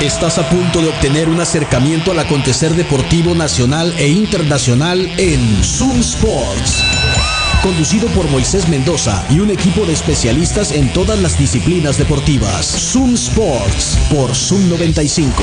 Estás a punto de obtener un acercamiento al acontecer deportivo nacional e internacional en Zoom Sports. Conducido por Moisés Mendoza y un equipo de especialistas en todas las disciplinas deportivas. Zoom Sports por Zoom 95.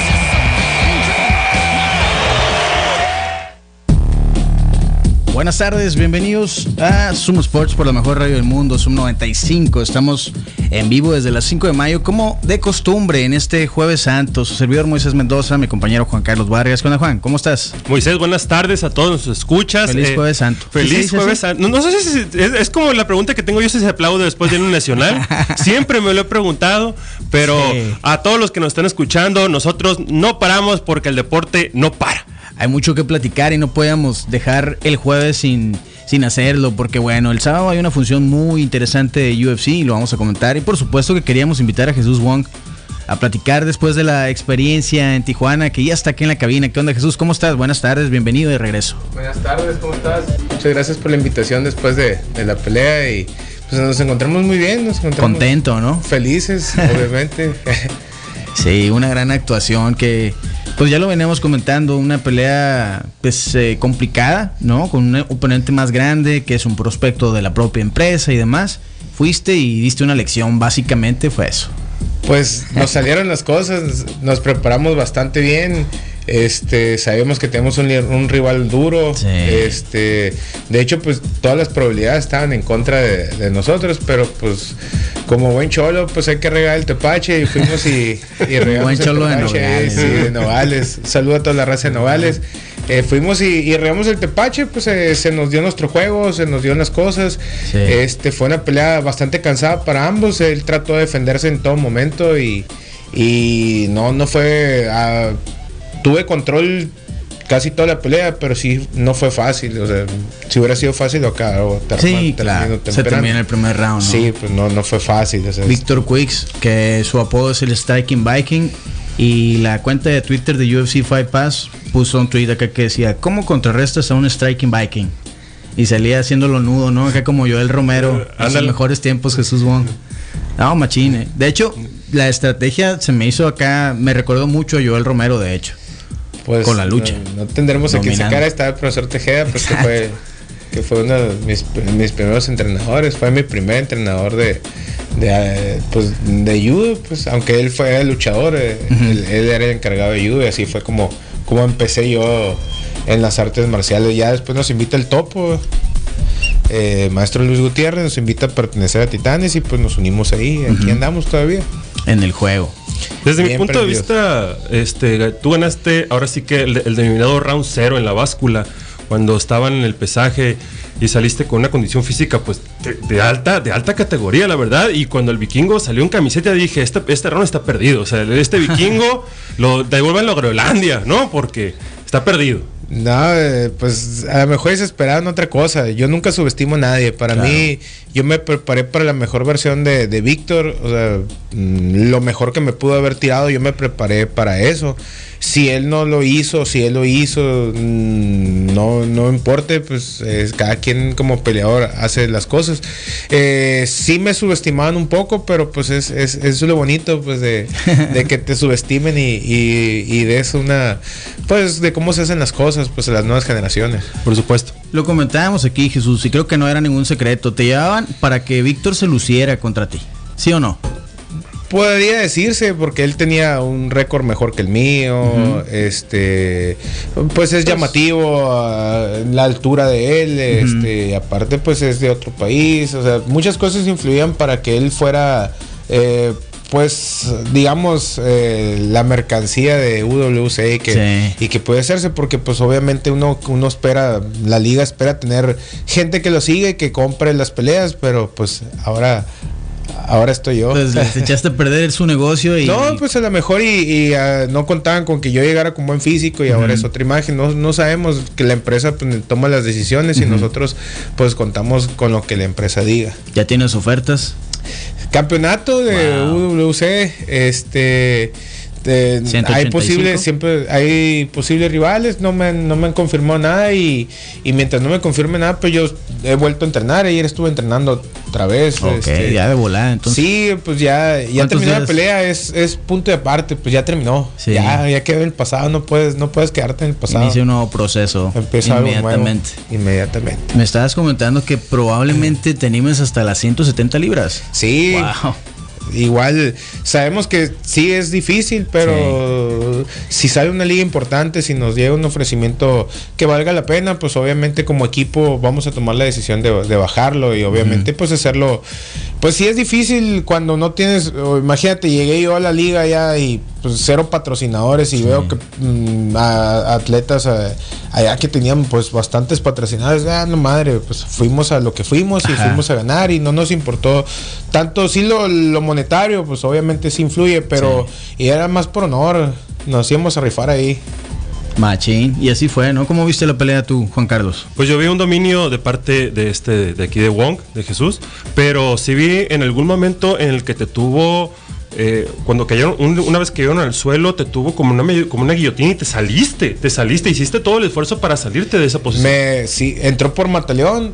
Buenas tardes, bienvenidos a Zoom Sports por la mejor radio del mundo, Zoom 95. Estamos en vivo desde las 5 de mayo, como de costumbre, en este Jueves Santo. Su servidor Moisés Mendoza, mi compañero Juan Carlos Vargas. ¿Qué onda, Juan? ¿Cómo estás? Moisés, buenas tardes a todos los escuchas. Feliz Jueves Santo. Feliz Jueves Santo. No sé si es como la pregunta que tengo yo, si se aplaude después del nacional. Siempre me lo he preguntado, pero sí. A todos los que nos están escuchando, nosotros no paramos porque el deporte no para. Hay mucho que platicar y no podíamos dejar el jueves sin hacerlo, porque bueno, el sábado hay una función muy interesante de UFC y lo vamos a comentar, y por supuesto que queríamos invitar a Jesús Wong a platicar después de la experiencia en Tijuana, que ya está aquí en la cabina. ¿Qué onda, Jesús? ¿Cómo estás? Buenas tardes, bienvenido de regreso. Buenas tardes, ¿cómo estás? Muchas gracias por la invitación después de la pelea, y pues nos encontramos muy bien, contento, ¿no? Felices, obviamente. Sí, una gran actuación que, pues ya lo veníamos comentando, una pelea pues complicada, ¿no? Con un oponente más grande, que es un prospecto de la propia empresa y demás. Fuiste y diste una lección, básicamente fue eso. Pues nos salieron las cosas, nos preparamos bastante bien. Sabemos que tenemos un rival duro. Sí. De hecho, pues todas las probabilidades estaban en contra de nosotros, pero pues como buen cholo, pues hay que regar el tepache, y fuimos y regamos buen cholo el tepache, de Nogales. Sí, de Nogales. Saludo a toda la raza de Nogales. Fuimos y regamos el tepache, pues se nos dio nuestro juego, se nos dio las cosas. Sí. Fue una pelea bastante cansada para ambos. Él trató de defenderse en todo momento y no fue... tuve control casi toda la pelea, pero sí no fue fácil. O sea, si hubiera sido fácil, claro. Sí, claro. Se termina el primer round, ¿no? Sí, pues no fue fácil. O sea, Víctor Quicks, que su apodo es el Striking Viking, y la cuenta de Twitter de UFC Fight Pass puso un tweet acá que decía: ¿cómo contrarrestas a un Striking Viking? Y salía haciéndolo nudo, ¿no? Acá como Joel Romero, en sus mejores tiempos, Jesús Wong. No, machine. De hecho, la estrategia se me hizo acá, me recordó mucho a Joel Romero, de hecho. Pues con la lucha. No tendremos a quien sacar. Está el profesor Tejeda, pues que fue uno de mis primeros entrenadores. Fue mi primer entrenador de judo, pues, aunque él fue el luchador, él era el encargado de judo, y así fue como empecé yo en las artes marciales. Ya después nos invita el Topo, maestro Luis Gutiérrez, nos invita a pertenecer a Titanes, y pues nos unimos ahí. Aquí andamos todavía en el juego. Desde mi punto de vista, tú ganaste ahora sí que el denominado round 0 en la báscula, cuando estaban en el pesaje, y saliste con una condición física pues de alta categoría, la verdad. Y cuando el vikingo salió en camiseta, dije, este round está perdido. O sea, este vikingo devuélvanlo a Groenlandia, ¿no? Porque está perdido. No, pues a lo mejor se esperaban otra cosa. Yo nunca subestimo a nadie. Para mí, yo me preparé para la mejor versión de Víctor. O sea, lo mejor que me pudo haber tirado, yo me preparé para eso. Si él no lo hizo, si él lo hizo, no importa, pues cada quien como peleador hace las cosas. Sí me subestimaban un poco, pero pues es lo bonito, pues de que te subestimen y des una, pues de cómo se hacen las cosas, pues a las nuevas generaciones. Por supuesto. Lo comentábamos aquí, Jesús, y creo que no era ningún secreto. Te llevaban para que Víctor se luciera contra ti, ¿sí o no? Podría decirse, porque él tenía un récord mejor que el mío. Pues es llamativo la altura de él. Aparte, pues es de otro país. O sea, muchas cosas influían para que él fuera, pues, digamos, la mercancía de UWC y que puede hacerse, porque pues obviamente uno espera, la liga espera tener gente que lo siga y que compre las peleas, pero pues ahora estoy yo. Pues les echaste a perder su negocio y... No, pues a lo mejor y no contaban con que yo llegara con buen físico, y ahora es otra imagen. No sabemos, que la empresa pues, toma las decisiones, y nosotros pues contamos con lo que la empresa diga. ¿Ya tienes ofertas? Campeonato de UWC, hay posibles rivales, no me han confirmado nada y mientras no me confirme nada, pues yo he vuelto a entrenar. Ayer estuve entrenando otra vez. Ya de volada, entonces. Sí, pues ya terminó la pelea, es punto de aparte, pues ya terminó. Sí. Ya quedó en el pasado, no puedes quedarte en el pasado. Inicia un nuevo proceso. Empieza inmediatamente. Me estabas comentando que probablemente te animes hasta las 170 libras. Sí. Wow. Igual sabemos que sí es difícil, pero si sale una liga importante, si nos llega un ofrecimiento que valga la pena, pues obviamente como equipo vamos a tomar la decisión de bajarlo y obviamente pues hacerlo. Pues sí es difícil cuando no tienes, imagínate, llegué yo a la liga ya y pues 0 patrocinadores y veo que atletas allá que tenían pues bastantes patrocinadores, no madre, pues fuimos a lo que fuimos y fuimos a ganar y no nos importó tanto, sí lo monetario, pues obviamente sí influye, pero y era más por honor, nos íbamos a rifar ahí. Machín, y así fue, ¿no? ¿Cómo viste la pelea tú, Juan Carlos? Pues yo vi un dominio de parte de aquí de Wong, de Jesús, pero sí vi en algún momento en el que te tuvo, cuando cayeron, una vez que cayeron al suelo, te tuvo como una guillotina y te saliste, hiciste todo el esfuerzo para salirte de esa posición. Sí, entró por Mataleón.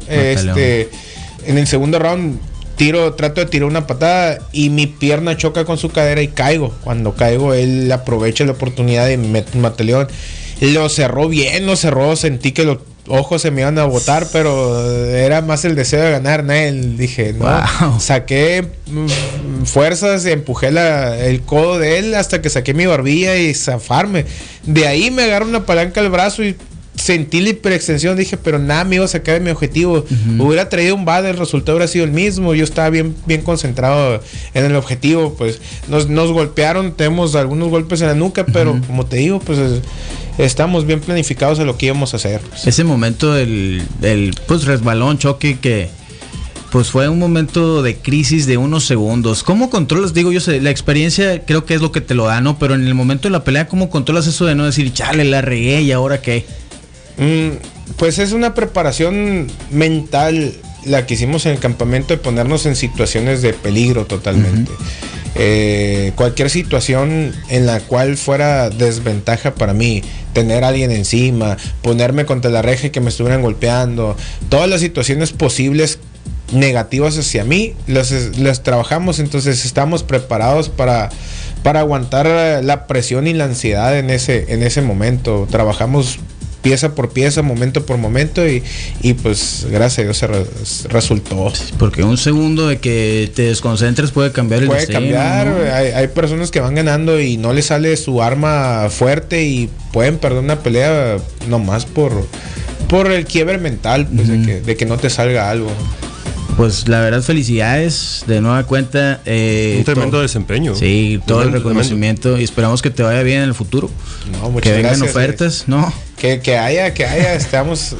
En el segundo round trato de tirar una patada y mi pierna choca con su cadera y caigo. Cuando caigo, él aprovecha la oportunidad de meter un Mataleón. Lo cerró, sentí que los ojos se me iban a botar, pero era más el deseo de ganar, ¿no? Dije, no, saqué fuerzas, empujé el codo de él hasta que saqué mi barbilla y zafarme. De ahí me agarró una palanca al brazo y sentí la hiperextensión, dije, pero nada me iba a sacar de mi objetivo. Hubiera traído un bad, el resultado hubiera sido el mismo. Yo estaba bien concentrado en el objetivo. Pues nos golpearon, tenemos algunos golpes en la nuca, pero como te digo, pues estamos bien planificados a lo que íbamos a hacer. Pues. Ese momento del pues resbalón, choque, que pues fue un momento de crisis de unos segundos. ¿Cómo controlas? Digo, yo sé, la experiencia creo que es lo que te lo da, ¿no? Pero en el momento de la pelea, ¿cómo controlas eso de no decir, chale, la regué y ahora qué? Pues es una preparación mental la que hicimos en el campamento, de ponernos en situaciones de peligro totalmente. Cualquier situación en la cual fuera desventaja para mí, tener a alguien encima, ponerme contra la reja y que me estuvieran golpeando, todas las situaciones posibles negativas hacia mí las trabajamos. Entonces estamos preparados para aguantar la presión y la ansiedad en ese momento. Trabajamos pieza por pieza, momento por momento y pues gracias a Dios se resultó. Porque un segundo de que te desconcentres puede cambiar el destino. Puede cambiar, ¿no? Hay personas que van ganando y no les sale su arma fuerte y pueden perder una pelea nomás por el quiebre mental, pues, de que no te salga algo. Pues la verdad, felicidades de nueva cuenta. Un tremendo desempeño. Sí, todo el reconocimiento y esperamos que te vaya bien en el futuro. No, muchas que vengan gracias, ofertas, ¿no? Que haya, estamos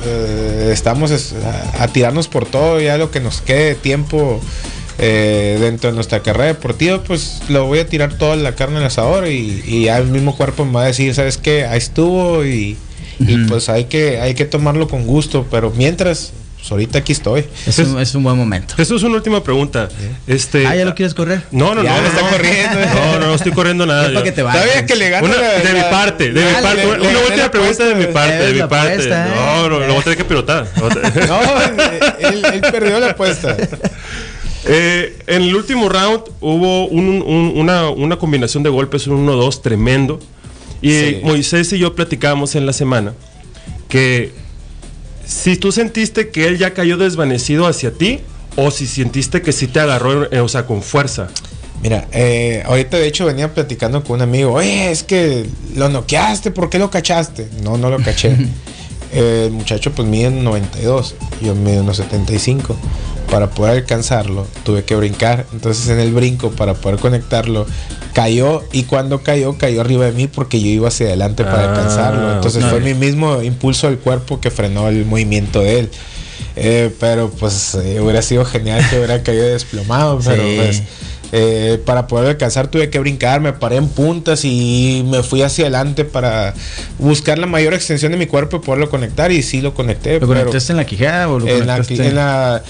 a tirarnos por todo, ya lo que nos quede de tiempo dentro de nuestra carrera deportiva, pues lo voy a tirar toda la carne al asador y ya el mismo cuerpo me va a decir, ¿sabes qué? Ahí estuvo y pues hay que tomarlo con gusto, pero mientras... Pues ahorita aquí estoy. Es un buen momento. Eso es una última pregunta. ¿Ya lo quieres correr? No, está corriendo. No estoy corriendo nada. Para que te vayas. Todavía que le gano de mi parte. Una última pregunta de mi parte. No, lo voy a tener que pilotar. No, él perdió la apuesta. En el último round hubo una combinación de golpes, un 1-2 tremendo. Y Moisés y yo platicábamos en la semana que si tú sentiste que él ya cayó desvanecido hacia ti o si sentiste que sí te agarró, con fuerza. Mira, ahorita de hecho venía platicando con un amigo. Oye, es que lo noqueaste, ¿por qué lo cachaste? No lo caché. El muchacho pues mide 92, yo mido 1.75. Para poder alcanzarlo tuve que brincar. Entonces en el brinco, para poder conectarlo, cayó, y cuando cayó arriba de mí porque yo iba hacia adelante para alcanzarlo. Entonces fue mi mismo impulso del cuerpo que frenó el movimiento de él. Pero pues hubiera sido genial que hubiera caído desplomado, pero pues para poder alcanzar tuve que brincar, me paré en puntas y me fui hacia adelante para buscar la mayor extensión de mi cuerpo y poderlo conectar, y sí lo conecté. ¿Lo conectaste en la quijada o lo conectaste?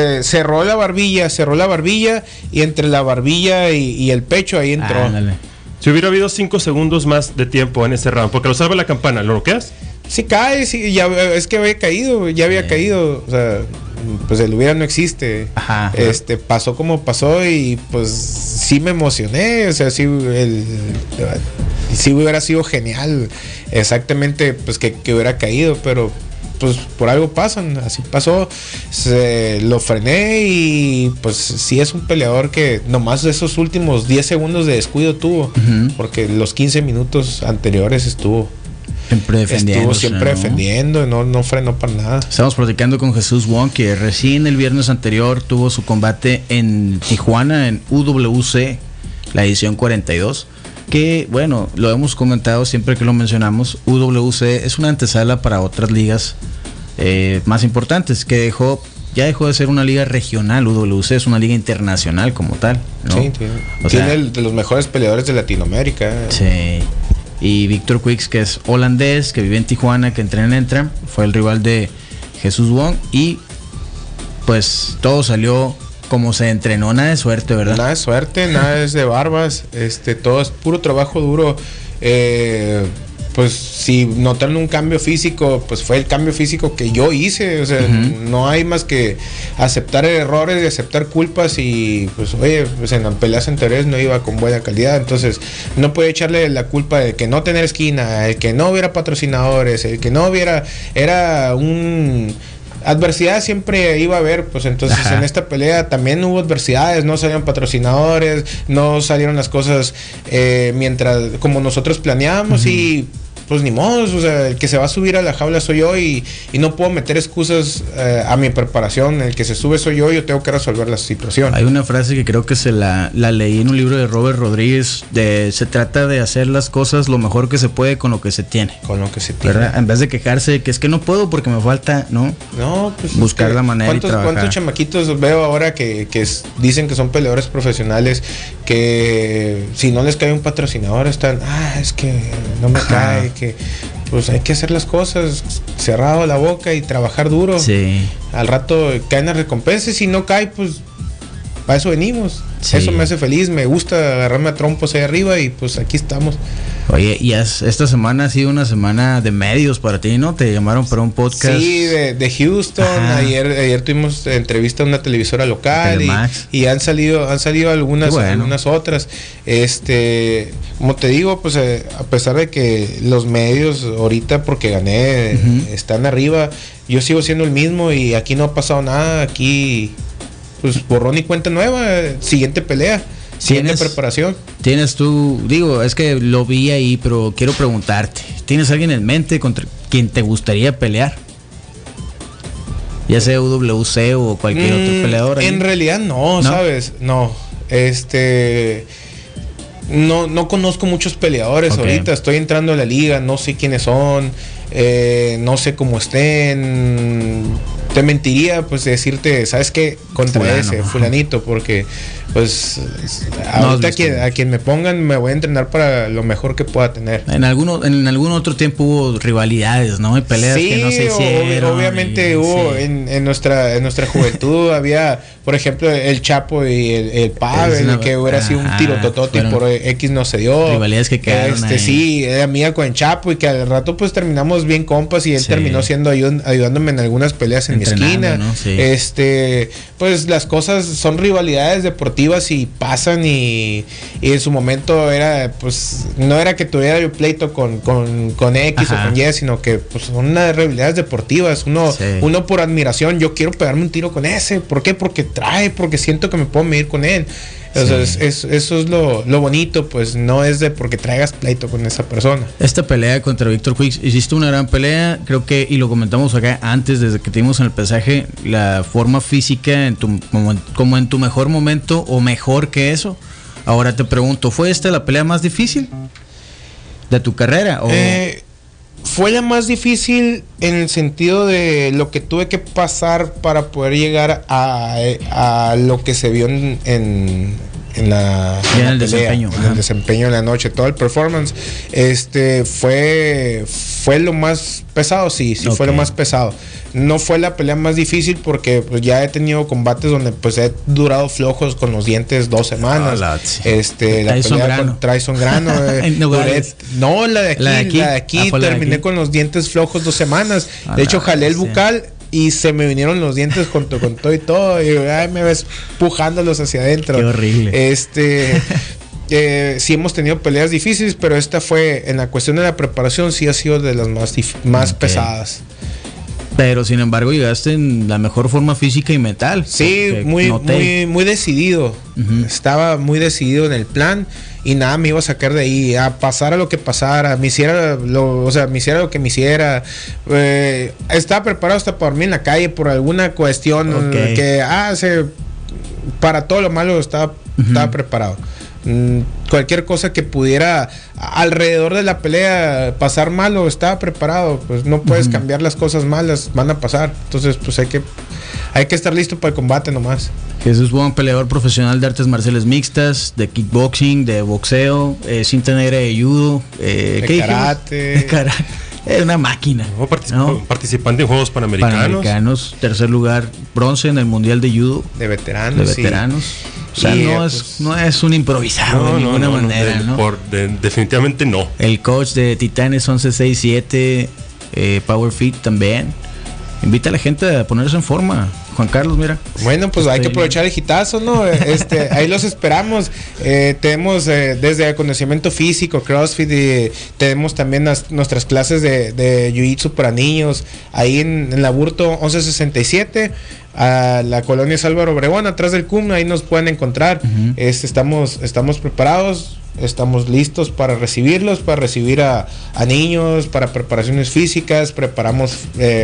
Cerró la barbilla y entre la barbilla y el pecho ahí entró. Si hubiera habido 5 segundos más de tiempo en ese round, porque lo salva la campana, ¿lo noqueas? Sí cae, sí, ya, es que había caído, o sea, pues el hubiera no existe. Ajá. Pasó como pasó y pues sí me emocioné, o sea, sí hubiera sido genial exactamente pues que hubiera caído, pero pues por algo pasan, así pasó, lo frené y pues sí es un peleador que nomás esos últimos 10 segundos de descuido tuvo, porque los 15 minutos anteriores estuvo siempre defendiendo, no frenó para nada. Estamos platicando con Jesús Wong, que recién el viernes anterior tuvo su combate en Tijuana, en UWC, la edición 42. Que bueno, lo hemos comentado siempre que lo mencionamos. UWC es una antesala para otras ligas más importantes, que ya dejó de ser una liga regional. UWC es una liga internacional como tal, ¿no? Sí, tiene de los mejores peleadores de Latinoamérica. Sí. Y Victor Quicks, que es holandés, que vive en Tijuana, que entrena en Entram, fue el rival de Jesús Wong. Y pues todo salió como se entrenó, nada de suerte, ¿verdad? Nada de suerte, nada es de barbas, todo es puro trabajo duro. Pues si notaron un cambio físico, pues fue el cambio físico que yo hice, o sea, no hay más que aceptar errores y aceptar culpas y pues oye, pues en las peleas anteriores no iba con buena calidad, entonces no puede echarle la culpa de que no tener esquina, el que no hubiera patrocinadores, el que no hubiera, era un... Adversidad siempre iba a haber, pues entonces en esta pelea también hubo adversidades, no salieron patrocinadores, no salieron las cosas mientras como nosotros planeábamos y pues ni modo, o sea, el que se va a subir a la jaula soy yo y no puedo meter excusas a mi preparación, el que se sube soy yo tengo que resolver la situación. Hay una frase que creo que se la leí en un libro de Robert Rodríguez, se trata de hacer las cosas lo mejor que se puede con lo que se tiene. Con lo que se tiene. ¿Verdad? En vez de quejarse de que es que no puedo porque me falta, ¿no? No, pues buscar la manera y trabajar. ¿Cuántos chamaquitos veo ahora que dicen que son peleadores profesionales que si no les cae un patrocinador están, es que no me cae, que pues hay que hacer las cosas cerrado la boca y trabajar duro. Sí. Al rato caen las recompensas, si no cae, pues para eso venimos. Sí. Eso me hace feliz, me gusta agarrarme a trompos ahí arriba y pues aquí estamos. Oye, y esta semana ha sido una semana de medios para ti, ¿no? Te llamaron para un podcast. Sí, de Houston. Ayer tuvimos entrevista a una televisora local y han salido algunas otras. Como te digo, pues a pesar de que los medios ahorita porque gané están arriba, yo sigo siendo el mismo y aquí no ha pasado nada. Aquí pues borrón y cuenta nueva, siguiente pelea. Siguiente preparación. Tienes tú, es que lo vi ahí, pero quiero preguntarte, ¿tienes alguien en mente contra quien te gustaría pelear? Ya sea UWC o cualquier otro peleador. En realidad no, ¿sabes? No. No conozco muchos peleadores ahorita, estoy entrando a la liga, no sé quiénes son, no sé cómo estén. Te mentiría pues decirte, ¿sabes qué? Contra fulanito, porque pues ahorita a quien me pongan me voy a entrenar para lo mejor que pueda tener. En algún otro tiempo hubo rivalidades, ¿no? Y peleas que no se hicieron. Obviamente hubo en nuestra juventud había, por ejemplo, el Chapo y el Pavel, que hubiera sido un tiro totote y por X no se dio. Rivalidades que quedaron ahí. Sí, era mía con el Chapo y que al rato pues terminamos bien compas y él terminó siendo ayudándome en algunas peleas en mi esquina, ¿no? Sí. Pues las cosas son rivalidades deportivas y pasan y en su momento era pues no era que tuviera yo pleito con X o con Y, sino que pues son unas rivalidades deportivas, uno por admiración, yo quiero pegarme un tiro con ese, ¿por qué? Porque siento que me puedo medir con él. Entonces, eso es lo bonito, pues no es de porque traigas pleito con esa persona. Esta pelea contra Victor Quicks, hiciste una gran pelea, creo que, y lo comentamos acá antes, desde que te dimos en el pesaje, la forma física como en tu mejor momento o mejor que eso. Ahora te pregunto, ¿fue esta la pelea más difícil de tu carrera? ¿O? Fue la más difícil en el sentido de lo que tuve que pasar para poder llegar a lo que se vio en en la el desempeño. En el desempeño en la noche, todo el performance. Fue lo más pesado, sí, fue lo más pesado. No fue la pelea más difícil porque pues, ya he tenido combates donde pues he durado flojos con los dientes 2 semanas. La pelea con Tyson Grano. La de aquí terminé con los dientes flojos 2 semanas. De hecho, jalé el bucal y se me vinieron los dientes con todo y todo. Y me ves pujándolos hacia adentro. Qué horrible. Sí hemos tenido peleas difíciles, pero esta fue, en la cuestión de la preparación, sí ha sido de las más pesadas. Pero sin embargo llegaste en la mejor forma física y mental. Sí, muy decidido. Estaba muy decidido en el plan y nada me iba a sacar de ahí, a pasar a lo que pasara, me hiciera lo que me hiciera. Estaba preparado hasta para dormir en la calle por alguna cuestión para todo lo malo estaba preparado. Cualquier cosa que pudiera alrededor de la pelea pasar mal o estaba preparado, pues no puedes cambiar las cosas malas, van a pasar. Entonces pues hay que estar listo para el combate nomás. Jesús Wong, peleador profesional de artes marciales mixtas, de kickboxing, de boxeo, cinta negra de judo, de karate. Una máquina. Participante en Juegos Panamericanos. Tercer lugar, bronce en el Mundial de Judo. De veteranos. O sea, no es un improvisado de ninguna manera, ¿no? Definitivamente no. El coach de Titanes 1167, Power Fit también. Invita a la gente a ponerse en forma. Juan Carlos, mira. Bueno, pues hay que aprovechar el hitazo, ¿no? Ahí los esperamos. Tenemos desde acondicionamiento físico, CrossFit, y tenemos también nuestras clases de Jiu-Jitsu para niños. Ahí en la Burto 1167, a la colonia Álvaro Obregón, atrás del CUM, ahí nos pueden encontrar. Estamos preparados. Estamos listos para recibirlos, para recibir a niños, para preparaciones físicas. Preparamos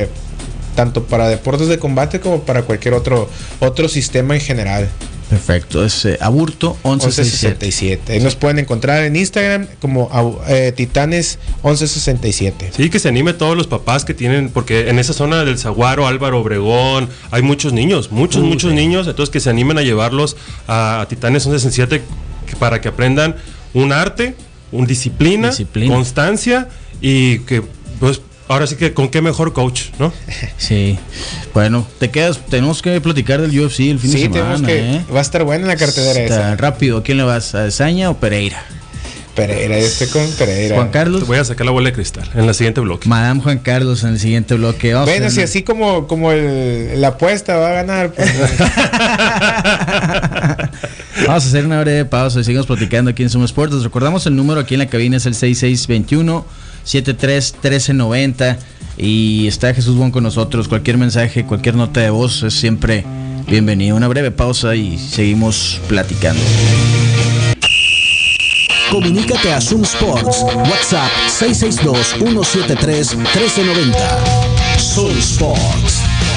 tanto para deportes de combate como para cualquier otro sistema en general. Perfecto, es Aburto 1167. Ahí nos pueden encontrar en Instagram como Titanes 1167. Sí, que se anime todos los papás que tienen, porque en esa zona del Saguaro, Álvaro Obregón, hay muchos niños, muchos niños, entonces que se animen a llevarlos a Titanes 1167 para que aprendan un arte, una disciplina, constancia y que pues ahora sí que con qué mejor coach, ¿no? Sí. Bueno, tenemos que platicar del UFC el fin de semana. Va a estar buena la cartelera esa. Rápido, ¿a quién le vas? ¿A Desaña o Pereira? Pereira, con Pereira. Juan Carlos. Te voy a sacar la bola de cristal en el siguiente bloque. Madame Juan Carlos en el siguiente bloque. Bueno, si así como la apuesta va a ganar. Pues. Vamos a hacer una breve pausa y seguimos platicando aquí en Sumo Sports. Les recordamos el número aquí en la cabina es el 6621-73-1390 y está Jesús Bon con nosotros. Cualquier mensaje, cualquier nota de voz es siempre bienvenido. Una breve pausa y seguimos platicando. Comunícate a Zoom Sports. WhatsApp 662-173-1390. Zoom Sports.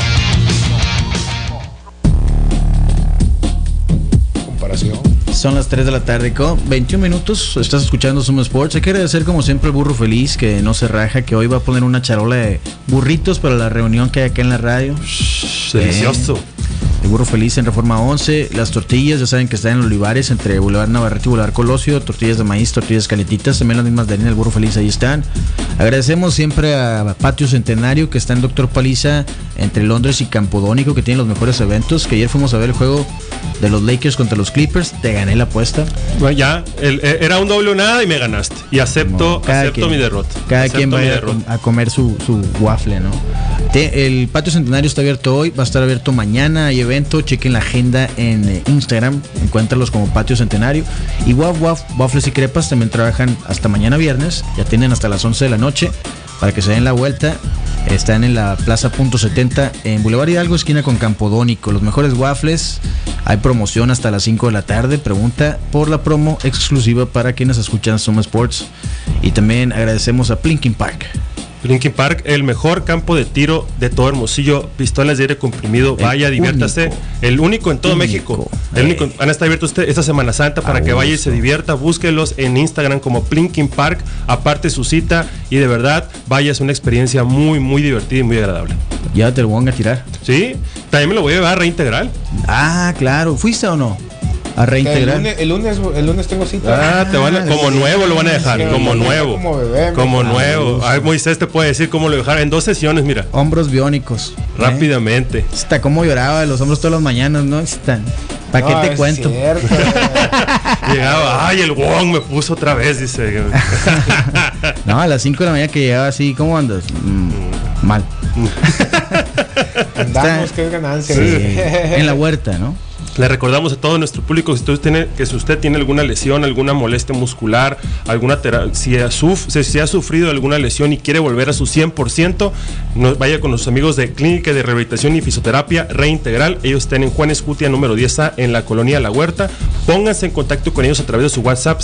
Son las 3 de la tarde con 21 minutos. Estás escuchando Sumo Sports. Hay que agradecer como siempre al Burro Feliz que no se raja, que hoy va a poner una charola de burritos para la reunión que hay acá en la radio. Delicioso. El Burro Feliz en Reforma 11. Las tortillas, ya saben que están en Olivares, entre Boulevard Navarrete y Boulevard Colosio. Tortillas de maíz, tortillas calentitas, también las mismas de harina. El Burro Feliz, ahí están. Agradecemos siempre a Patio Centenario, que está en Doctor Paliza, entre Londres y Campodónico, que tiene los mejores eventos. Que ayer fuimos a ver el juego de los Lakers contra los Clippers. Te gané la apuesta. Bueno, ya, era un doble o nada y me ganaste. Y acepto mi derrota. Cada quien va a comer su waffle, ¿no? El Patio Centenario está abierto hoy, va a estar abierto mañana. Hay evento, chequen la agenda en Instagram, encuéntralos como Patio Centenario. Y Waffles y Crepas también trabajan hasta mañana viernes, ya tienen hasta las 11 de la noche para que se den la vuelta. Están en la Plaza Punto 70 en Boulevard Hidalgo, esquina con Campodónico. Los mejores waffles, hay promoción hasta las 5 de la tarde. Pregunta por la promo exclusiva para quienes escuchan Sumo Sports. Y también agradecemos a Plinking Park. Linkin Park, el mejor campo de tiro de todo Hermosillo, pistolas de aire comprimido, vaya, diviértase, el único en todo México, el único, van a estar abiertos esta Semana Santa para que vaya y se divierta, búsquelos en Instagram como Plinking Park, aparte su cita y de verdad, vaya, es una experiencia muy, muy divertida y muy agradable. Ya te lo van a tirar. Sí, también me lo voy a llevar a Reintegral. Ah, claro, ¿fuiste o no? a reintegrar. El lunes tengo cita. Te van a, como nuevo lo van a dejar, como nuevo. Como bebé. Como nuevo. Ay, Moisés te puede decir cómo lo dejar en 2 sesiones, mira. Hombros biónicos. Rápidamente. Está como lloraba de los hombros todas las mañanas, ¿no? ¿Para qué te cuento? Llegaba, ay, el Wong me puso otra vez, dice. No, a las 5 de la mañana que llegaba así, ¿cómo andas? Mal. Andamos, que es ganancia. Sí, en la huerta, ¿no? Le recordamos a todo nuestro público que si usted tiene alguna lesión, alguna molestia muscular, si ha sufrido alguna lesión y quiere volver a su 100%, vaya con los amigos de Clínica de Rehabilitación y Fisioterapia Reintegral. Ellos están en Juan Escutia número 10A en la colonia La Huerta. Pónganse en contacto con ellos a través de su WhatsApp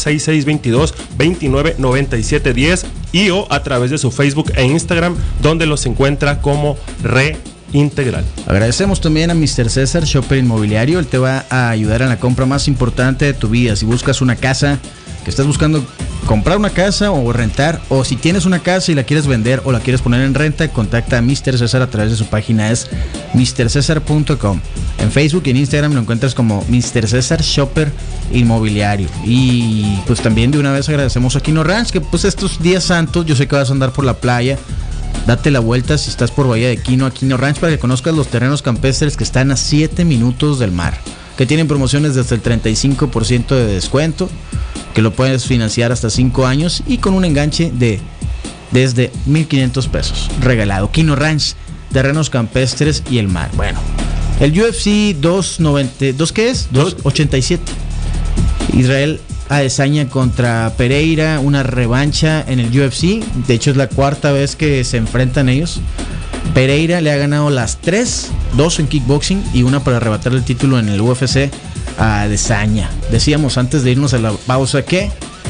6622-299710 y o a través de su Facebook e Instagram, donde los encuentra como Integral. Agradecemos también a Mr. César Shopper Inmobiliario. Él te va a ayudar en la compra más importante de tu vida. Si buscas una casa, que estás buscando comprar una casa o rentar, o si tienes una casa y la quieres vender o la quieres poner en renta, contacta a Mr. César a través de su página, es mrcesar.com. En Facebook y en Instagram lo encuentras como Mr. César Shopper Inmobiliario. Y pues también de una vez agradecemos a Quino Ranch, que pues estos días santos yo sé que vas a andar por la playa. Date la vuelta si estás por Bahía de Quino, a Quino Ranch, para que conozcas los terrenos campestres que están a 7 minutos del mar, que tienen promociones de hasta el 35% de descuento, que lo puedes financiar hasta 5 años y con un enganche de desde $1,500 regalado. Quino Ranch, terrenos campestres y el mar. Bueno, el UFC 290, ¿qué es? 287. Israel Adesanya contra Pereira, una revancha en el UFC. De hecho es la 4ª vez que se enfrentan ellos. Pereira le ha ganado las 3, 2 en kickboxing y una para arrebatar el título en el UFC a Adesanya. Decíamos antes de irnos a la pausa que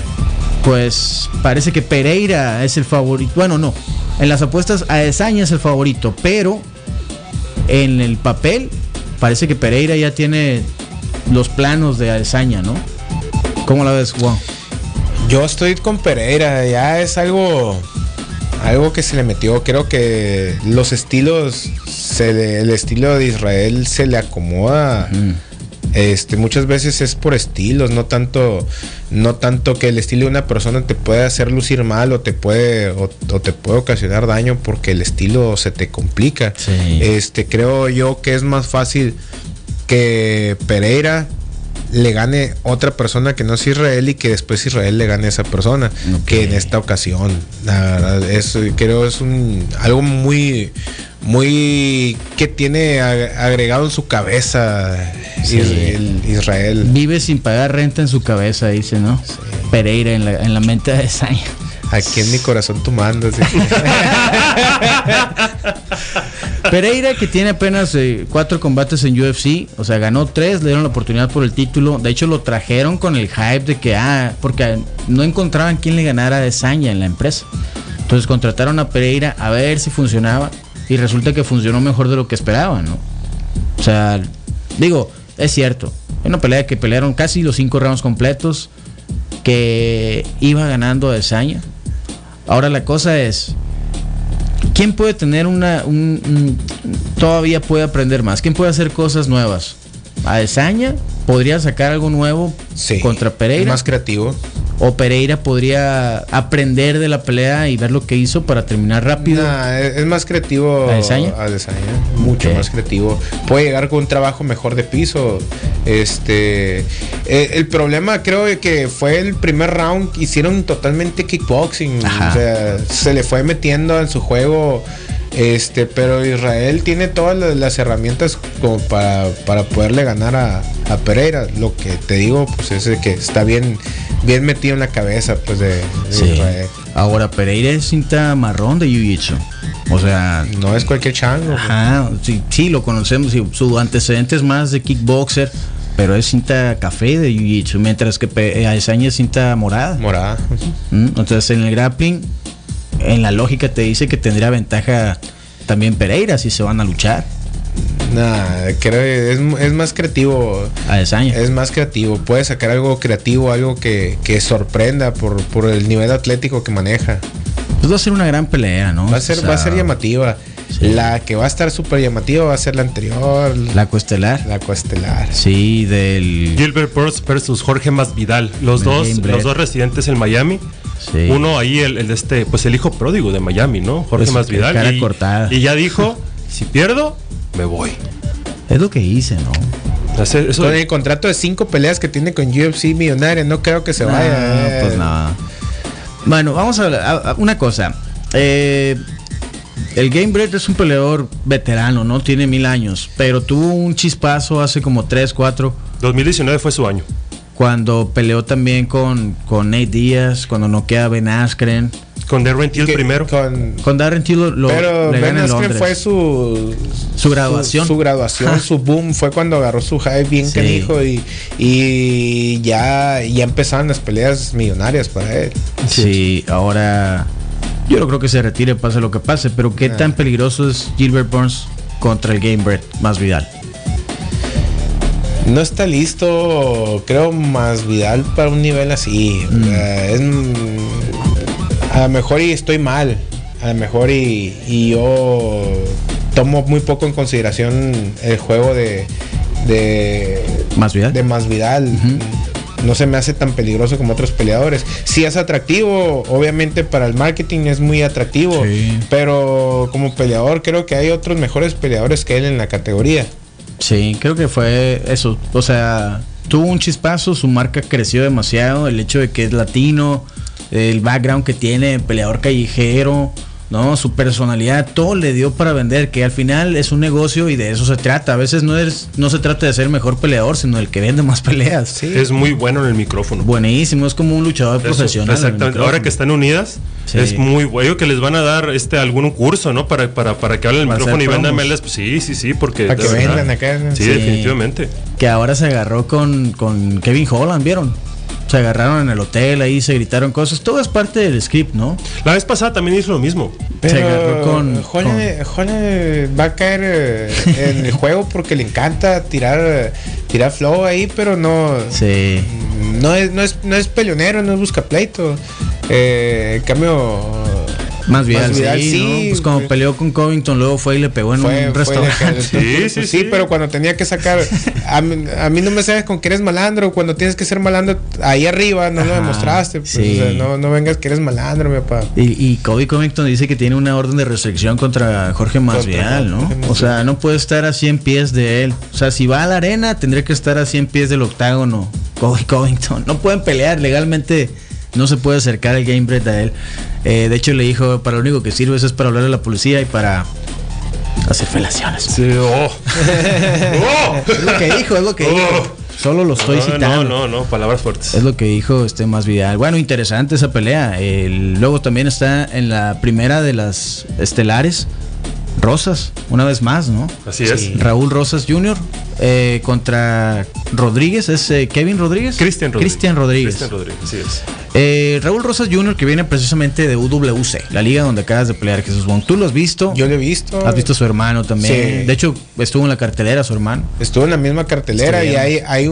pues parece que Pereira es el favorito. Bueno, no, en las apuestas Adesanya es el favorito, pero en el papel parece que Pereira ya tiene los planos de Adesanya, ¿no? ¿Cómo la ves, Juan? Yo estoy con Pereira, ya es algo que se le metió. Creo que los estilos, el estilo de Israel se le acomoda. Muchas veces es por estilos, no tanto que el estilo de una persona te puede hacer lucir mal o te puede ocasionar daño porque el estilo se te complica. Sí. Creo yo que es más fácil que Pereira le gane otra persona que no es Israel y que después Israel le gane a esa persona, que en esta ocasión. La verdad, creo es algo muy que tiene agregado en su cabeza. Sí. Israel vive sin pagar renta en su cabeza, dice, ¿no? Sí. Pereira en la mente de Adesanya. Aquí en mi corazón tú mandas. Pereira, que tiene apenas 4 combates en UFC, o sea, ganó 3, le dieron la oportunidad por el título. De hecho, lo trajeron con el hype de que, porque no encontraban quién le ganara a Adesanya en la empresa. Entonces contrataron a Pereira a ver si funcionaba y resulta que funcionó mejor de lo que esperaban, ¿no? O sea, digo, es cierto, una pelea que pelearon casi los 5 rounds completos, que iba ganando Adesanya. Ahora la cosa es, ¿quién puede tener todavía puede aprender más? ¿Quién puede hacer cosas nuevas? ¿Adesanya podría sacar algo nuevo contra Pereira? Es más creativo. ¿O Pereira podría aprender de la pelea y ver lo que hizo para terminar rápido? Es más creativo Adesanya, mucho más creativo. Puede llegar con un trabajo mejor de piso. El problema creo que fue el primer round que hicieron totalmente kickboxing. Ajá. O sea, se le fue metiendo en su juego. Pero Israel tiene todas las herramientas como para poderle ganar a Pereira. Lo que te digo, pues es que está bien metido en la cabeza, pues de Israel. Ahora Pereira es cinta marrón de Jiu-Jitsu. O sea, no es cualquier chango. Ajá, sí, lo conocemos. Su antecedente es más de kickboxer, pero es cinta café de Jiu-Jitsu, mientras que Adesanya es cinta morada. Entonces en el grappling, en la lógica te dice que tendría ventaja también Pereira si se van a luchar. Creo que es más creativo. Adesanya es más creativo, puede sacar algo creativo, algo que sorprenda por el nivel atlético que maneja. Pues va a ser una gran pelea, ¿no? Va a ser llamativa. Sí. La que va a estar súper llamativa va a ser la anterior. La coestelar. La coestelar. Sí, del Gilbert Burns versus Jorge Masvidal. Los dos residentes en Miami. Sí. Uno ahí, pues el hijo pródigo de Miami, ¿no? Jorge Pues, Masvidal. cara cortada. Y ya dijo, si pierdo, me voy. Es lo que hice, ¿no? Eso Con el contrato de 5 peleas que tiene con UFC millonaria, no creo que se vaya. Pues nada. Bueno, vamos a hablar una cosa. El Gamebred es un peleador veterano, ¿no? Tiene 1000 años, pero tuvo un chispazo hace como 3, 4. 2019 fue su año. Cuando peleó también con Nate Diaz, cuando noquea a Ben Askren. Con Darren Till primero. Con Darren Till pero le Ben gana en Askren Londres. fue su graduación. Su graduación, su boom, fue cuando agarró su hype bien Sí. canijo y ya empezaron las peleas millonarias para él. Sí, ahora yo no creo que se retire, pase lo que pase, pero ¿qué tan peligroso es Gilbert Burns contra el Gamebred Masvidal? No está listo, creo, Masvidal para un nivel así. A lo mejor y estoy mal. A lo mejor y yo tomo muy poco en consideración el juego de ¿Masvidal? De Masvidal. No se me hace tan peligroso como otros peleadores. Sí es atractivo, obviamente para el marketing es muy atractivo. Sí. Pero como peleador creo que hay otros mejores peleadores que él en la categoría. Sí, creo que fue eso. O sea, tuvo un chispazo, su marca creció demasiado. El hecho de que es latino, el background que tiene, peleador callejero, ¿no? Su personalidad, todo le dio para vender, que al final es un negocio y de eso se trata. A veces no se trata de ser el mejor peleador, sino el que vende más peleas. Sí. Es muy bueno en el micrófono. Buenísimo, es como un luchador profesional. Exactamente. Ahora que están unidas, sí. Es muy bueno que les van a dar algún curso, ¿no? Para que hablen el Para micrófono y hacer vendan promos. meles. Pues sí, porque Para que de verdad. vendan acá. Sí, Sí. definitivamente. Que ahora se agarró con Kevin Holland, ¿vieron? Se agarraron en el hotel, ahí se gritaron cosas. Todo es parte del script, ¿no? La vez pasada también hizo lo mismo. Pero Se agarró con Holland va a caer en el juego porque le encanta tirar flow ahí, pero no, Sí. no es peleonero, no es busca pleito. En cambio, Masvidal, sí, sí, ¿no? Pues como peleó con Covington, luego fue y le pegó en un restaurante. Sí, pero cuando tenía que sacar, a mí no me sabes con que eres malandro, cuando tienes que ser malandro ahí arriba, no lo Ajá, demostraste, pues, sí. o sea, no vengas que eres malandro, mi papá. Y Kobe Covington dice que tiene una orden de restricción contra Jorge Masvidal, ¿no? Jorge Masvidal. O sea, no puede estar a 100 pies de él. O sea, si va a la arena, tendría que estar a 100 pies del octágono. Kobe Covington. No pueden pelear legalmente. No se puede acercar el Gamebred a él. De hecho, le dijo, para lo único que sirve es para hablar a la policía y para hacer felaciones. Sí, Es lo que dijo, es lo que dijo. Solo lo estoy citando. No, palabras fuertes. Es lo que dijo Masvidal. Bueno, interesante esa pelea. Luego también está en la primera de las estelares, Rosas, una vez más, ¿no? Así es. Raúl Rosas Jr. Contra Rodríguez, ¿es Kevin Rodríguez? Cristian Rodríguez. Cristian Rodríguez, así es. Raúl Rosas Jr., que viene precisamente de UWC, la liga donde acabas de pelear, Jesús Bon. ¿Tú lo has visto? Yo lo he visto. ¿Has visto a su hermano también? Sí. De hecho, estuvo en la cartelera su hermano. Estuvo en la misma cartelera y hay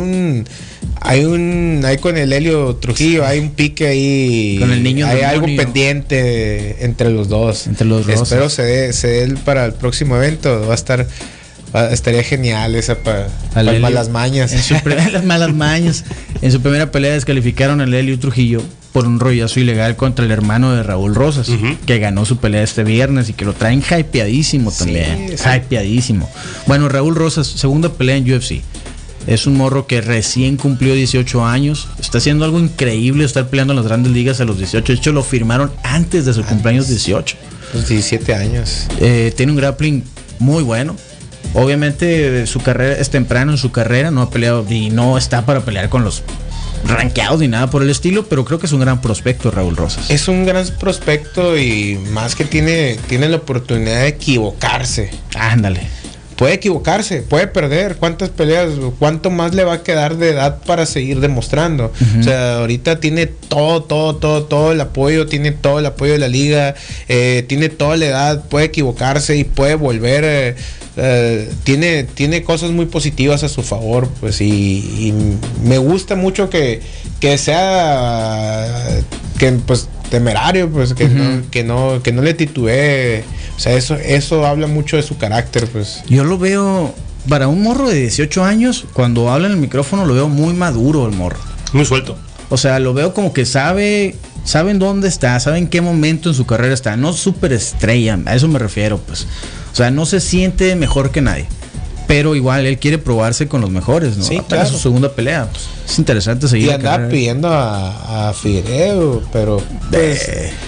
con el Helio Trujillo, hay un pique ahí. Con el niño hay algo demonio. pendiente entre los dos. Entre los Rosas. Espero se dé él para el próximo evento. Estaría genial esa para malas mañas. Las malas mañas. En su primera pelea descalificaron al Helio Trujillo por un rollazo ilegal contra el hermano de Raúl Rosas, que ganó su pelea este viernes y que lo traen hypeadísimo también. Sí. Hypeadísimo. Bueno, Raúl Rosas, segunda pelea en UFC. Es un morro que recién cumplió 18 años. Está haciendo algo increíble estar peleando en las grandes ligas a los 18. De hecho, lo firmaron antes de su cumpleaños 18. Los 17 años. Tiene un grappling muy bueno. Obviamente su carrera es temprano en su carrera, no ha peleado y no está para pelear con los rankeados ni nada por el estilo, pero creo que es un gran prospecto Raúl Rosas. Es un gran prospecto y más que tiene la oportunidad de equivocarse. Ándale. Puede equivocarse, puede perder. ¿Cuántas peleas, cuánto más le va a quedar de edad para seguir demostrando? O sea, ahorita tiene todo el apoyo, tiene todo el apoyo de la liga, tiene toda la edad, puede equivocarse y puede volver. Tiene cosas muy positivas a su favor, pues, y me gusta mucho que sea, que pues temerario, pues que no le titubee. O sea, eso habla mucho de su carácter, pues. Yo lo veo, para un morro de 18 años, cuando habla en el micrófono lo veo muy maduro el morro. Muy suelto. O sea, lo veo como que saben dónde está, saben qué momento en su carrera está. No súper estrella, a eso me refiero, pues. O sea, no se siente mejor que nadie. Pero igual él quiere probarse con los mejores, ¿no? Sí, Apenas claro. su segunda pelea. Pues, es interesante seguir. Y andaba pidiendo a Figueiredo, pero pues,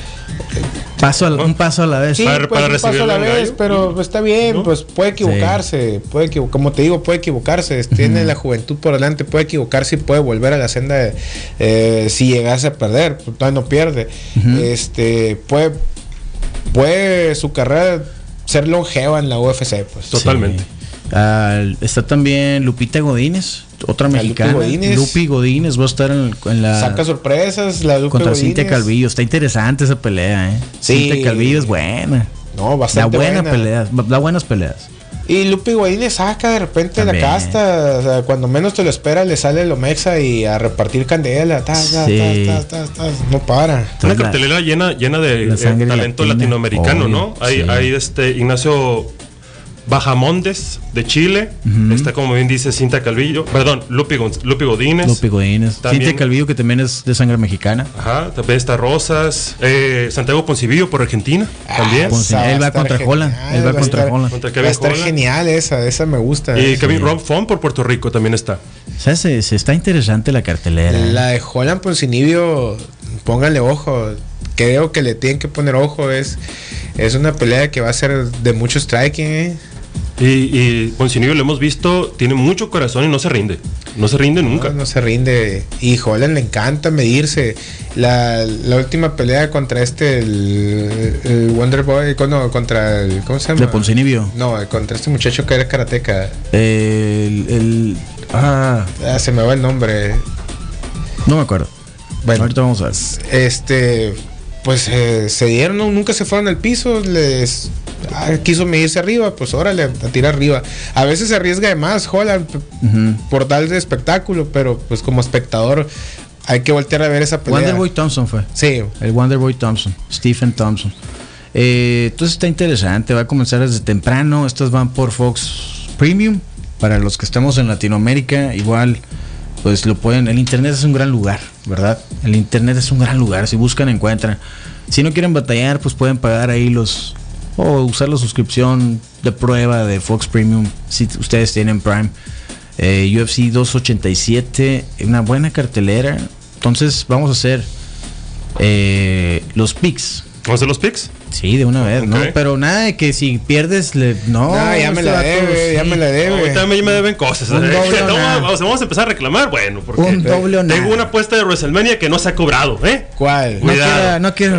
un paso a la vez. sí, Para pues, un recibir paso a la el vez, gallo, pero está bien, ¿no? pues puede equivocarse, como te digo, puede equivocarse, tiene la juventud por delante, puede equivocarse y puede volver a la senda si llegase a perder, pues, todavía no pierde. Puede su carrera ser longeva en la UFC, pues. Totalmente. Sí. Está también Lupita Godínez, otra mexicana. Lupi Godínez va a estar en la. Saca sorpresas, la Lupi contra Godínez. Cintia Calvillo. Está interesante esa pelea, Sí. Cintia Calvillo es buena. No, bastante buena. Da buenas peleas. Y Lupi Godínez saca de repente También. la casta, o sea, cuando menos te lo espera le sale el Omexa y a repartir candela, no para. Una Entonces, cartelera llena de la sangre talento latina, latinoamericano, obvio, ¿no? Hay sí. Ignacio Bajamondes de Chile, está como bien dice Cintia Calvillo, perdón, Lupi Godínez. Lupi Godínez. También- Cintia Calvillo, que también es de sangre mexicana. Ajá, también está Rosas, Santiago Poncivillo por Argentina, también. Él va contra Holland. Él va contra Holland. Contra Va Kevin a estar Holland. genial esa me gusta. Y Kevin Rob Font por Puerto Rico también está. O sea, se está interesante la cartelera. La de Holland Poncinibio, pónganle ojo. Creo que le tienen que poner ojo. Es una pelea que va a ser de mucho striking, Y Poncinibio lo hemos visto, tiene mucho corazón y no se rinde. No se rinde nunca. No se rinde. Y Holland le encanta medirse. La última pelea contra el Wonder Boy, contra el, ¿cómo se llama? De Poncinibio. No, contra este muchacho que era karateca. Se me va el nombre. No me acuerdo. Bueno, ahorita vamos a ver. Pues se dieron, nunca se fueron al piso, quiso medirse arriba, pues órale, a tirar arriba. A veces se arriesga de más Holland por darle espectáculo, pero pues como espectador hay que voltear a ver esa pelea. Wonderboy Thompson fue. Sí. El Wonderboy Thompson, Stephen Thompson. Entonces está interesante, va a comenzar desde temprano. Estas van por Fox Premium. Para los que estamos en Latinoamérica, igual pues lo pueden. El internet es un gran lugar, ¿verdad? El internet es un gran lugar. Si buscan, encuentran. Si no quieren batallar, pues pueden pagar ahí o usar la suscripción de prueba de Fox Premium si ustedes tienen Prime. UFC 287, una buena cartelera. Entonces vamos a hacer los picks. ¿Vamos a hacer los picks? Sí, de una vez, Ok. ¿no? Pero nada de que si pierdes, no. Ya me la debe, ya me la debe. Ahorita me deben cosas. Un doble o nada. Vamos a empezar a reclamar, bueno, porque Un doble o nada. tengo una apuesta de WrestleMania que no se ha cobrado, ¿eh? ¿Cuál? Cuidado. No quiero.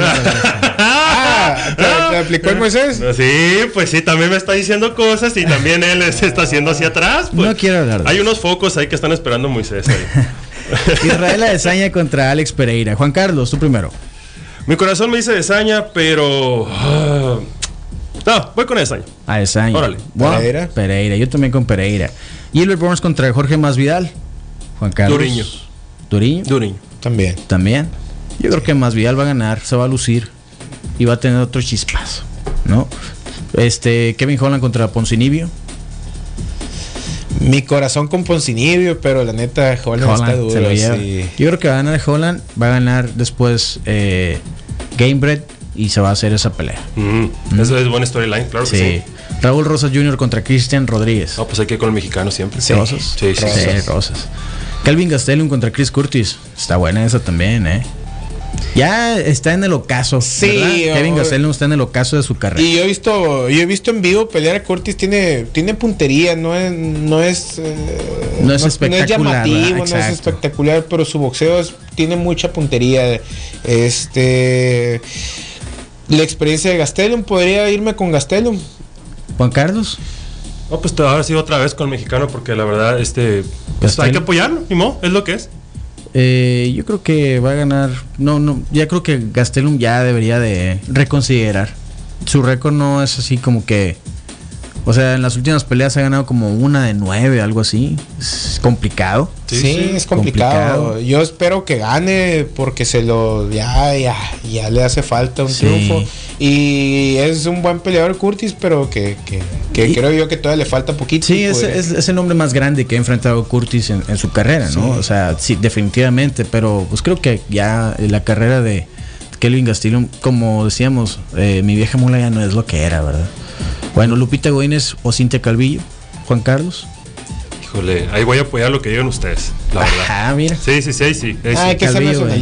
¿Te aplicó el Moisés? Sí, pues sí, también me está diciendo cosas y también él se está haciendo hacia atrás. Pues. No quiero hablar de Hay eso. unos focos ahí que están esperando a Moisés ahí. Israel Adesanya contra Alex Pereira. Juan Carlos, tú primero. Mi corazón me dice Adesanya, pero... no, voy con Adesanya. Adesanya. Órale. Wow. Pereira. Pereira. Yo también con Pereira. Gilbert Burns contra Jorge Masvidal. Juan Carlos. Duriño. Duriño. También. También. Yo creo que Masvidal va a ganar, se va a lucir y va a tener otro chispazo, ¿no? Kevin Holland contra Poncinibio. Mi corazón con Poncinibio, pero la neta Holland está duro. se lo lleva. Sí. Yo creo que va a ganar Holland, va a ganar después Gamebred y se va a hacer esa pelea. Eso es buena storyline, claro que sí. Raúl Rosas Jr. contra Cristian Rodríguez. No, pues hay que ir con el mexicano siempre. Sí. Rosas. Sí, sí, sí. Rosas. Calvin Gastelum contra Chris Curtis. Está buena esa también, Ya está en el ocaso. Sí, ¿verdad? Kevin Gastelum está en el ocaso de su carrera. Y yo he visto en vivo pelear a Curtis, tiene puntería, no es espectacular, llamativo, ¿verdad? no es Exacto. espectacular, pero su boxeo tiene mucha puntería. La experiencia de Gastelum, podría irme con Gastelum. Juan Carlos. No, pues ahora sí otra vez con el mexicano porque la verdad, pues hay que apoyarlo, ni modo, es lo que es. Yo creo que va a ganar. Ya creo que Gastelum ya debería de reconsiderar. Su récord no es así como que O sea, en las últimas peleas ha ganado como 1 de 9, algo así. Es complicado. Sí, es complicado. Yo espero que gane porque ya le hace falta un triunfo. Y es un buen peleador Curtis, pero que creo yo que todavía le falta poquito. Sí, es el hombre más grande que ha enfrentado Curtis en su carrera, ¿no? O sea, sí, definitivamente. Pero pues creo que ya la carrera de Kelvin Gastelum, como decíamos, mi vieja mula ya no es lo que era, ¿verdad? Bueno, Lupita Godínez o Cintia Calvillo, Juan Carlos. Híjole, ahí voy a apoyar lo que digan ustedes, la verdad. Ah, mira. Sí. Hay que ser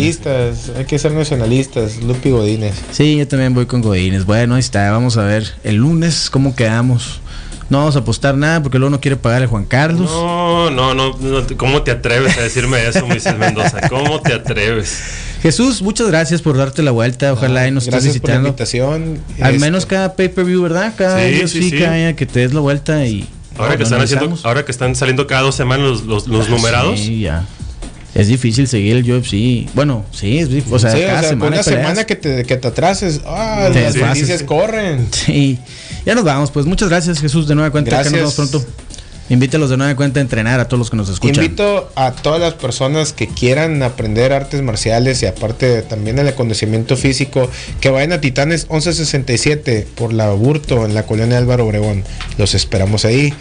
nacionalistas, Lupi Godínez. Sí, yo también voy con Godínez. Bueno, ahí está, vamos a ver el lunes cómo quedamos. No vamos a apostar nada porque luego no quiere pagar el Juan Carlos. No, ¿cómo te atreves a decirme eso, Moisés Mendoza? ¿Cómo te atreves? Jesús, muchas gracias por darte la vuelta. Ojalá y nos estés visitando. Gracias por la invitación. Al menos cada pay-per-view, ¿verdad? Cada año que te des la vuelta y... Ahora que están saliendo cada 2 semanas los numerados. Sí, ya. Es difícil seguir el UFC. Bueno, sí, es difícil. O sea, cada semana. Una semana que te atrases. Las noticias corren. Sí. Ya nos vamos. Pues muchas gracias, Jesús, de nueva cuenta. Gracias. Acá nos vemos pronto. Invítalos de nueva cuenta a entrenar a todos los que nos escuchan. Invito a todas las personas que quieran aprender artes marciales y aparte también el acondicionamiento físico que vayan a Titanes 1167 por la Burto en la colonia Álvaro Obregón. Los esperamos ahí.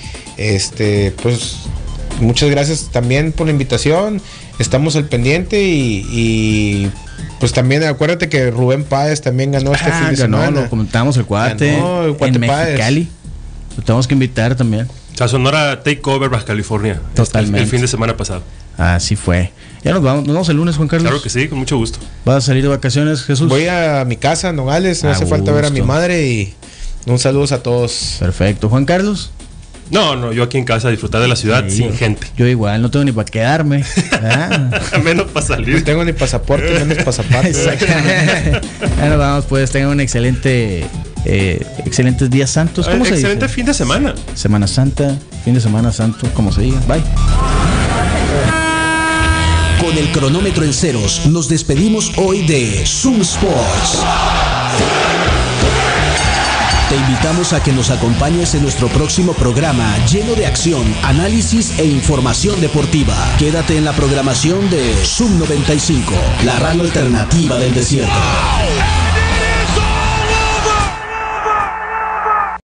Pues muchas gracias también por la invitación. Estamos al pendiente y pues también acuérdate que Rubén Páez también ganó este fin de semana. Lo comentamos el cuate. Ganó el cuate en Páez. Mexicali. Lo tenemos que invitar también. La Sonora Takeover Baja California. Totalmente. El fin de semana pasado. Así fue. Ya nos vamos el lunes, Juan Carlos. Claro que sí, con mucho gusto. ¿Vas a salir de vacaciones, Jesús? Voy a mi casa, Nogales. No hace falta ver a mi madre y un saludo a todos. Perfecto. Juan Carlos. No, yo aquí en casa a disfrutar de la ciudad sin gente. Yo igual, no tengo ni para quedarme. Menos para salir. No tengo ni pasaporte, menos pasaporte. Exactamente. Ya nos vamos, pues tengan un excelentes días santos. ¿Cómo se dice? Excelente fin de semana. Semana Santa, fin de semana santo, como se diga. Bye. Con el cronómetro en ceros, nos despedimos hoy de Zoom Sports. Te invitamos a que nos acompañes en nuestro próximo programa lleno de acción, análisis e información deportiva. Quédate en la programación de Zoom 95, la radio alternativa del desierto.